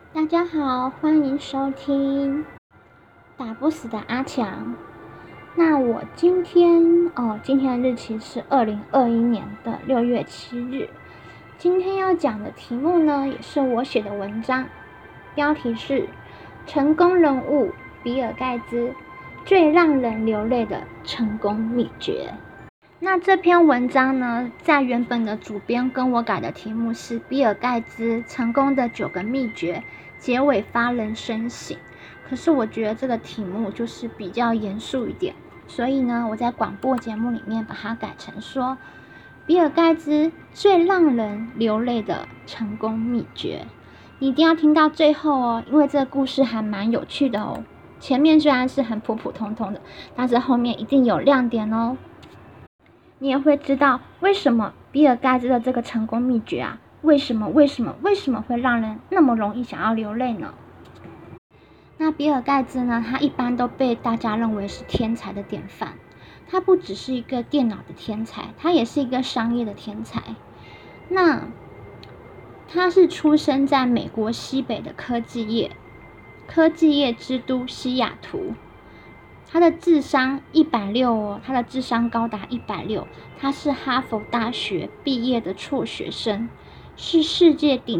大家好，欢迎收听打不死的阿强。那我今天的日期是2021年的6月7日。今天要讲的题目呢，也是我写的文章，标题是成功人物比尔盖茨最让人流泪的成功秘诀。那这篇文章呢，在原本的主编跟我改的题目是比尔盖茨成功的9个秘诀，结尾发人深省。可是我觉得这个题目就是比较严肃一点，所以呢，我在广播节目里面把它改成说比尔盖茨最让人流泪的成功秘诀。你一定要听到最后哦，因为这个故事还蛮有趣的哦。前面虽然是很普普通通的，但是后面一定有亮点哦。你也会知道为什么比尔盖茨的这个成功秘诀啊，为什么会让人那么容易想要流泪呢？那比尔盖茨呢，他一般都被大家认为是天才的典范。他不只是一个电脑的天才，他也是一个商业的天才。那他是出生在美国西北的科技业之都西雅图。他的智商160哦，他的智商高达160。他是哈佛大学毕业的辍学生，是世界顶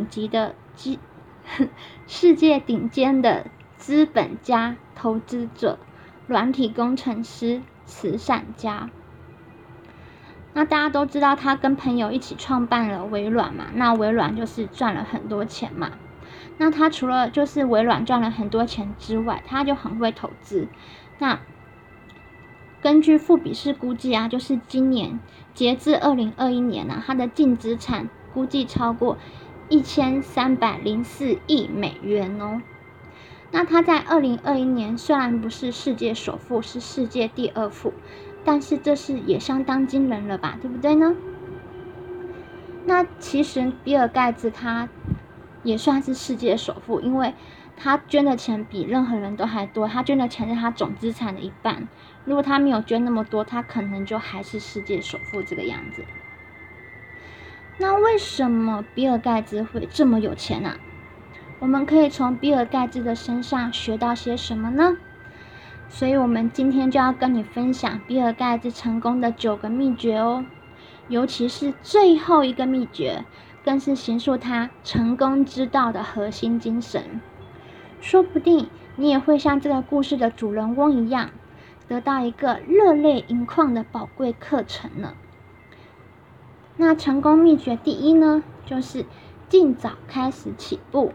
尖的资本家、投资者、软体工程师、慈善家。那大家都知道他跟朋友一起创办了微软嘛，那微软就是赚了很多钱嘛。那他除了就是微软赚了很多钱之外，他就很会投资。那根据富比士估计啊，就是今年截至2021年啊，他的净资产估计超过1304亿美元哦。那他在2021年虽然不是世界首富，是世界第2富，但是这是也相当惊人了吧，对不对呢？那其实比尔盖茨他也算是世界首富，因为他捐的钱比任何人都还多，他捐的钱是他总资产的1半。如果他没有捐那么多，他可能就还是世界首富这个样子。那为什么比尔盖茨会这么有钱啊？我们可以从比尔盖茨的身上学到些什么呢？所以我们今天就要跟你分享比尔盖茨成功的9个秘诀哦，尤其是最后一个秘诀，更是形塑他成功之道的核心精神。说不定你也会像这个故事的主人翁一样，得到一个热泪盈眶的宝贵课程呢。那成功秘诀第1呢，就是尽早开始起步。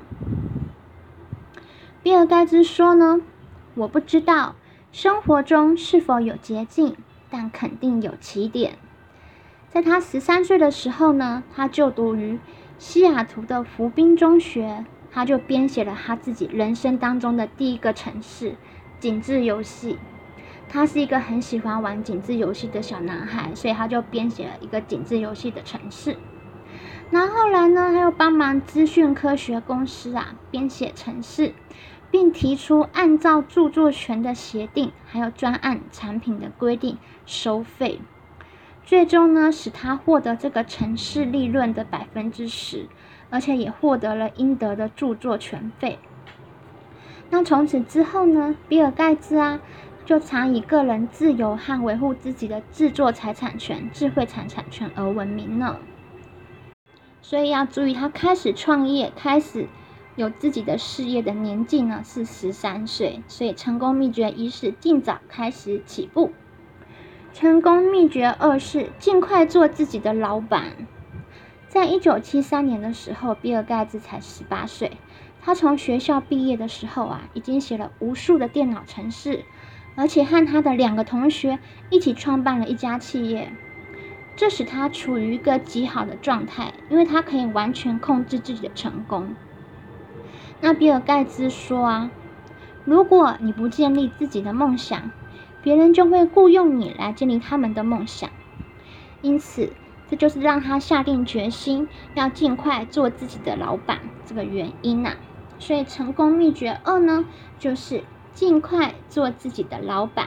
比尔盖茨说呢，我不知道生活中是否有捷径，但肯定有起点。在他13岁的时候呢，他就读于西雅图的湖滨中学，他就编写了他自己人生当中的第1个程式井字游戏。他是一个很喜欢玩井字游戏的小男孩，所以他就编写了一个井字游戏的程式。然后后来呢，他又帮忙资讯科学公司编写程式，并提出按照著作权的协定还有专案产品的规定收费。最终呢，使他获得这个程式利润的10%，而且也获得了应得的著作权费。那从此之后呢，比尔盖茨就常以个人自由和维护自己的智慧财产权而闻名呢。所以要注意，他开始创业，开始有自己的事业的年纪呢是13岁。所以成功秘诀1是尽早开始起步。成功秘诀2是尽快做自己的老板。在1973年的时候，比尔盖茨才18岁。他从学校毕业的时候已经写了无数的电脑程式，而且和他的2个同学一起创办了一家企业。这使他处于一个极好的状态，因为他可以完全控制自己的成功。那比尔盖茨说如果你不建立自己的梦想，别人就会雇佣你来建立他们的梦想。因此这就是让他下定决心要尽快做自己的老板这个原因所以成功秘诀2呢，就是尽快做自己的老板。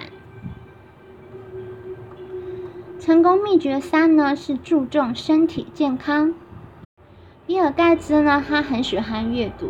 成功秘诀3呢，是注重身体健康。比尔盖茨呢，他很喜欢阅读，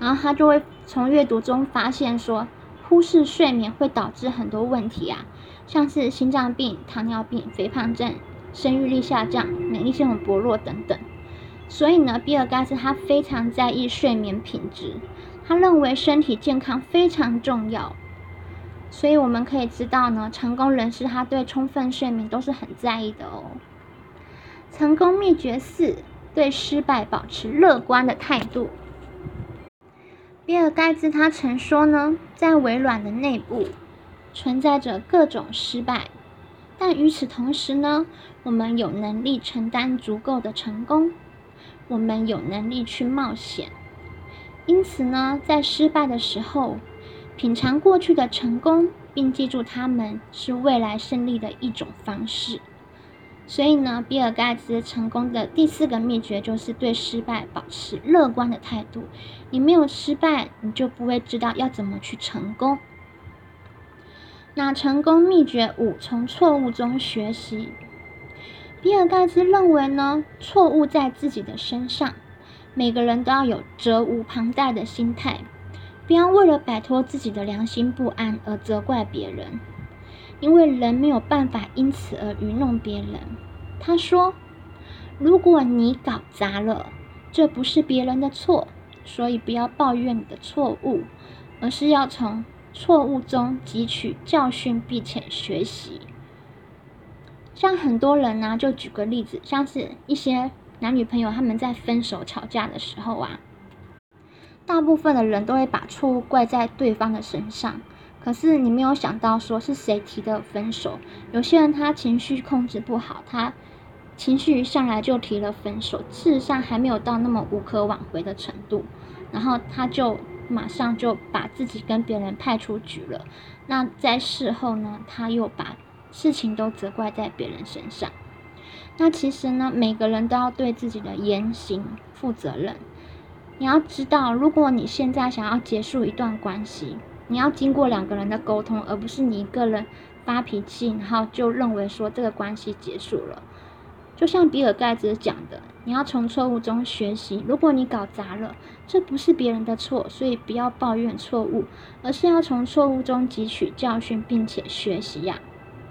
然后他就会从阅读中发现说，忽视睡眠会导致很多问题啊，像是心脏病、糖尿病、肥胖症、生育力下降、免疫系统薄弱等等。所以呢，比尔盖茨他非常在意睡眠品质，他认为身体健康非常重要。所以我们可以知道呢，成功人士他对充分睡眠都是很在意的哦。成功秘诀4：对失败保持乐观的态度。比尔盖茨他曾说呢，在微软的内部存在着各种失败，但与此同时呢，我们有能力承担足够的成功，我们有能力去冒险。因此呢，在失败的时候，品尝过去的成功，并记住它们是未来胜利的一种方式。所以呢，比尔盖茨成功的第4个秘诀就是对失败保持乐观的态度。你没有失败，你就不会知道要怎么去成功。那成功秘诀5：从错误中学习。比尔盖茨认为呢，错误在自己的身上，每个人都要有责无旁贷的心态，不要为了摆脱自己的良心不安而责怪别人。因为人没有办法因此而愚弄别人。他说，如果你搞砸了，这不是别人的错，所以不要抱怨你的错误，而是要从错误中汲取教训并且学习。像很多人啊，就举个例子，像是一些男女朋友他们在分手吵架的时候啊，大部分的人都会把错误怪在对方的身上。可是你没有想到说是谁提的分手。有些人他情绪控制不好，他情绪一上来就提了分手，事实上还没有到那么无可挽回的程度，然后他就马上就把自己跟别人派出局了。那在事后呢，他又把事情都责怪在别人身上。那其实呢，每个人都要对自己的言行负责任。你要知道，如果你现在想要结束一段关系，你要经过2个人的沟通，而不是你一个人发脾气，然后就认为说这个关系结束了。就像比尔盖茨讲的，你要从错误中学习。如果你搞砸了，这不是别人的错，所以不要抱怨错误，而是要从错误中汲取教训并且学习呀。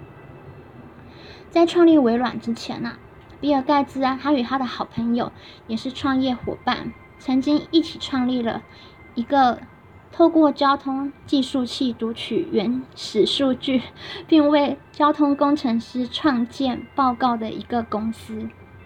在创立微软之前啊，比尔盖茨啊，他与他的好朋友也是创业伙伴，曾经一起创立了一个透过交通计数器读取原始数据，并为交通工程师创建报告的一个公司。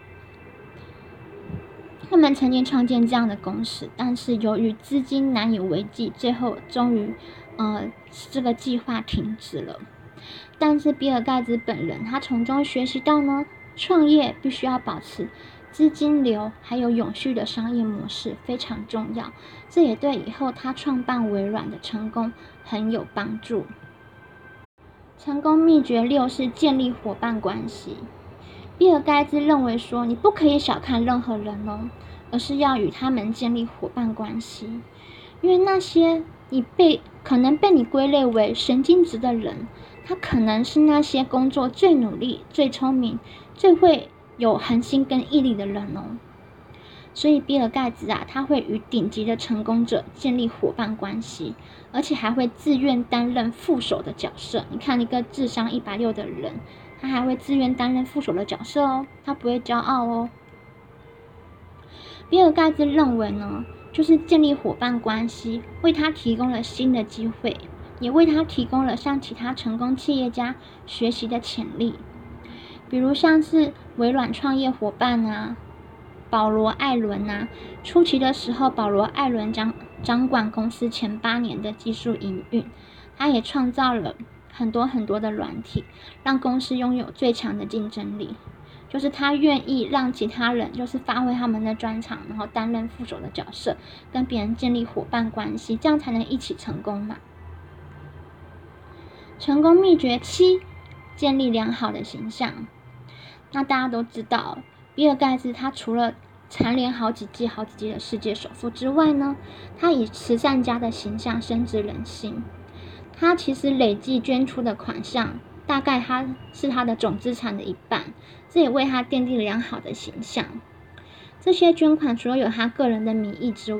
他们曾经创建这样的公司，但是由于资金难以为继，最后终于这个计划停止了。但是比尔盖茨本人他从中学习到呢，创业必须要保持资金流还有永续的商业模式非常重要，这也对以后他创办微软的成功很有帮助。成功秘诀6是建立伙伴关系。比尔盖茨认为说，你不可以小看任何人哦，而是要与他们建立伙伴关系。因为那些可能被你归类为神经质的人，他可能是那些工作最努力、最聪明、最会有恒心跟毅力的人哦。所以比尔盖茨啊，他会与顶级的成功者建立伙伴关系，而且还会自愿担任副手的角色。你看一个智商160的人，他还会自愿担任副手的角色哦，他不会骄傲哦。比尔盖茨认为呢，就是建立伙伴关系，为他提供了新的机会，也为他提供了向其他成功企业家学习的潜力。比如像是微软创业伙伴啊，保罗·艾伦啊，初期的时候，保罗·艾伦掌管公司前8年的技术营运，他也创造了很多很多的软体，让公司拥有最强的竞争力。就是他愿意让其他人就是发挥他们的专长，然后担任副手的角色，跟别人建立伙伴关系，这样才能一起成功嘛。成功秘诀7：建立良好的形象。那大家都知道，比尔盖茨他除了蝉联好几届的世界首富之外呢，他以慈善家的形象深植人心。他其实累计捐出的款项，大概是他的总资产的1半，这也为他奠定了良好的形象。这些捐款除了有他个人的名义之外，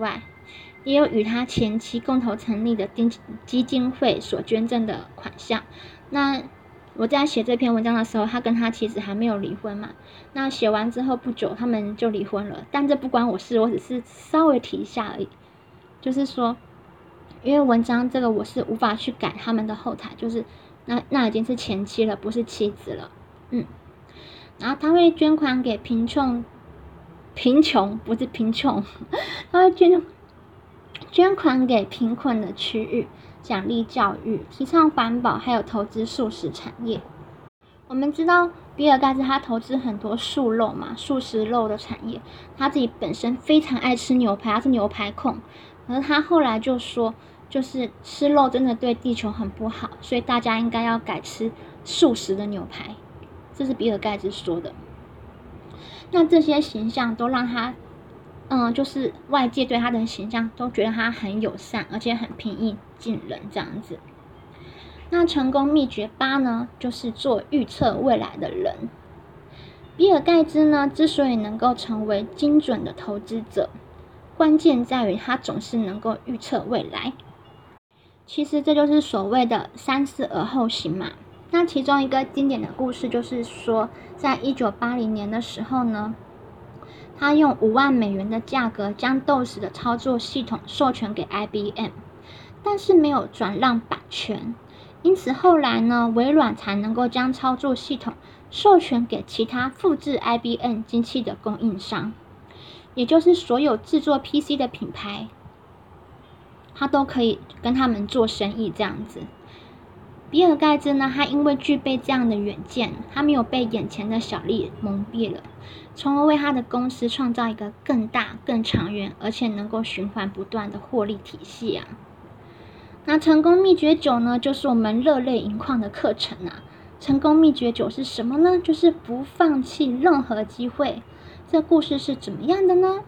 也有与他前妻共同成立的基金会所捐赠的款项。那我在写这篇文章的时候，他跟他妻子还没有离婚嘛，那写完之后不久他们就离婚了，但这不关我事，我只是稍微提一下而已。就是说因为文章这个我是无法去改他们的后台，就是那已经是前妻了，不是妻子了。然后他会捐款给贫穷不是贫穷，他会捐款给贫困的区域，奖励教育，提倡环保，还有投资素食产业。我们知道比尔盖茨他投资很多素肉嘛，素食肉的产业，他自己本身非常爱吃牛排，他是牛排控，可是他后来就说，就是吃肉真的对地球很不好，所以大家应该要改吃素食的牛排，这是比尔盖茨说的。那这些形象都让他就是外界对他的形象都觉得他很友善，而且很平易近人这样子。那成功秘诀8呢，就是做预测未来的人。比尔盖茨呢，之所以能够成为精准的投资者，关键在于他总是能够预测未来。其实这就是所谓的三思而后行嘛。那其中一个经典的故事就是说，在1980年的时候呢，他用5万美元的价格将 DOS 的操作系统授权给 IBM， 但是没有转让版权，因此后来呢，微软才能够将操作系统授权给其他复制 IBM 机器的供应商，也就是所有制作 PC 的品牌，他都可以跟他们做生意这样子。比尔盖茨呢，他因为具备这样的远见，他没有被眼前的小利蒙蔽了，从而为他的公司创造一个更大、更长远，而且能够循环不断的获利体系啊。那成功秘诀9呢，就是我们热泪盈眶的课程啊。成功秘诀9是什么呢？就是不放弃任何机会。这故事是怎么样的呢？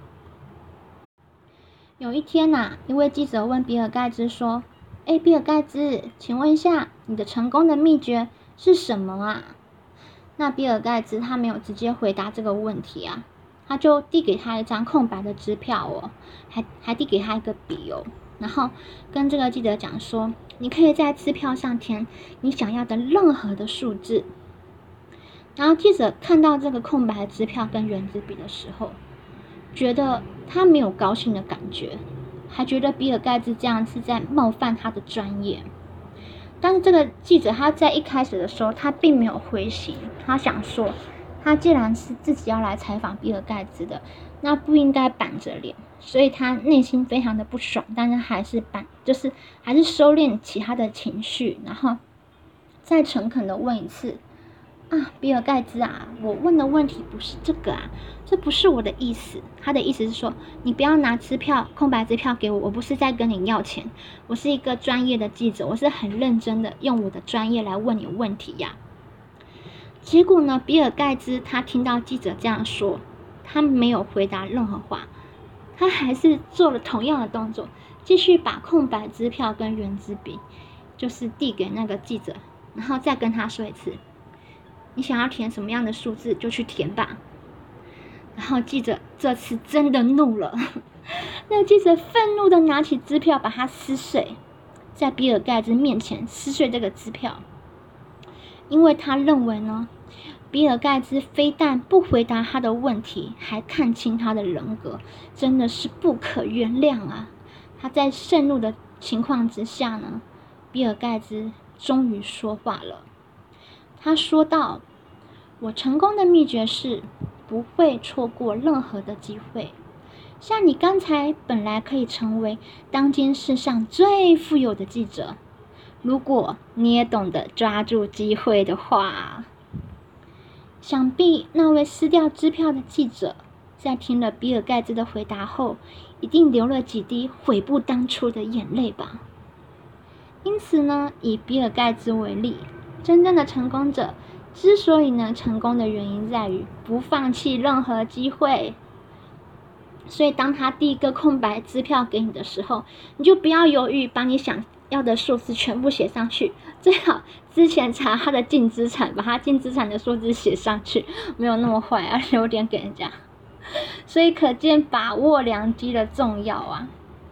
有一天啊，一位记者问比尔盖茨说，比尔盖茨，请问一下，你的成功的秘诀是什么啊？那比尔盖茨他没有直接回答这个问题啊，他就递给他一张空白的支票哦，还递给他一个笔哦，然后跟这个记者讲说，你可以在支票上填你想要的任何的数字。然后记者看到这个空白的支票跟圆珠笔的时候，觉得他没有高兴的感觉，还觉得比尔盖茨这样是在冒犯他的专业。但是这个记者他在一开始的时候，他并没有灰心，他想说，他既然是自己要来采访比尔盖茨的，那不应该板着脸，所以他内心非常的不爽，但是还是收敛起他的情绪，然后再诚恳的问一次，比尔盖茨啊，我问的问题不是这个啊，这不是我的意思。他的意思是说，你不要拿空白支票给我，我不是在跟你要钱，我是一个专业的记者，我是很认真的用我的专业来问你问题呀。结果呢，比尔盖茨他听到记者这样说，他没有回答任何话，他还是做了同样的动作，继续把空白支票跟圆珠笔就是递给那个记者，然后再跟他说一次，你想要填什么样的数字就去填吧。然后记者这次真的怒了，那记者愤怒的拿起支票把它撕碎，在比尔盖茨面前撕碎这个支票，因为他认为呢，比尔盖茨非但不回答他的问题，还看清他的人格，真的是不可原谅啊。他在盛怒的情况之下呢，比尔盖茨终于说话了。他说道，我成功的秘诀是不会错过任何的机会。像你刚才本来可以成为当今世上最富有的记者，如果你也懂得抓住机会的话。想必那位撕掉支票的记者在听了比尔盖茨的回答后，一定流了几滴悔不当初的眼泪吧。因此呢，以比尔盖茨为例，真正的成功者之所以能成功的原因在于不放弃任何机会。所以当他第一个空白支票给你的时候，你就不要犹豫，把你想要的数字全部写上去，最好之前查他的净资产，把他净资产的数字写上去，没有那么坏啊，留点给人家。所以可见把握良机的重要啊。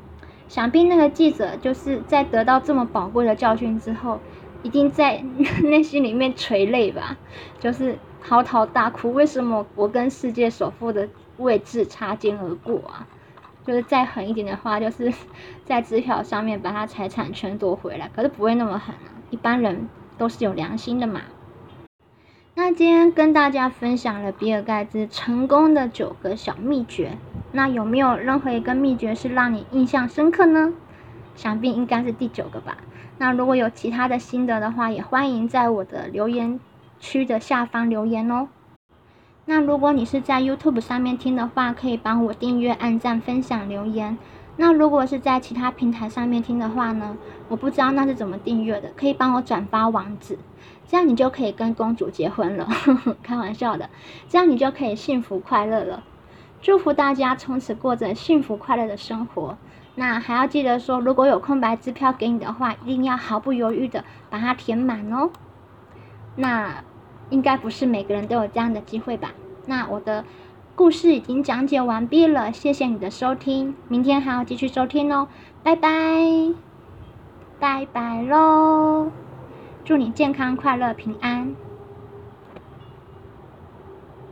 想必那个记者就是在得到这么宝贵的教训之后，一定在内心里面垂泪吧，就是嚎啕大哭。为什么我跟世界首富的位置擦肩而过啊？就是再狠一点的话，就是在支票上面把他财产全夺回来。可是不会那么狠啊，一般人都是有良心的嘛。那今天跟大家分享了比尔盖茨成功的9个小秘诀，那有没有任何一个秘诀是让你印象深刻呢？想必应该是第9个吧。那如果有其他的心得的话，也欢迎在我的留言区的下方留言哦。那如果你是在 YouTube 上面听的话，可以帮我订阅、按赞、分享、留言。那如果是在其他平台上面听的话呢，我不知道那是怎么订阅的，可以帮我转发网址，这样你就可以跟公主结婚了，开玩笑的，这样你就可以幸福快乐了。祝福大家从此过着幸福快乐的生活。那还要记得说，如果有空白支票给你的话，一定要毫不犹豫的把它填满哦。那应该不是每个人都有这样的机会吧。那我的故事已经讲解完毕了，谢谢你的收听，明天还要继续收听哦，拜拜，拜拜喽，祝你健康快乐平安。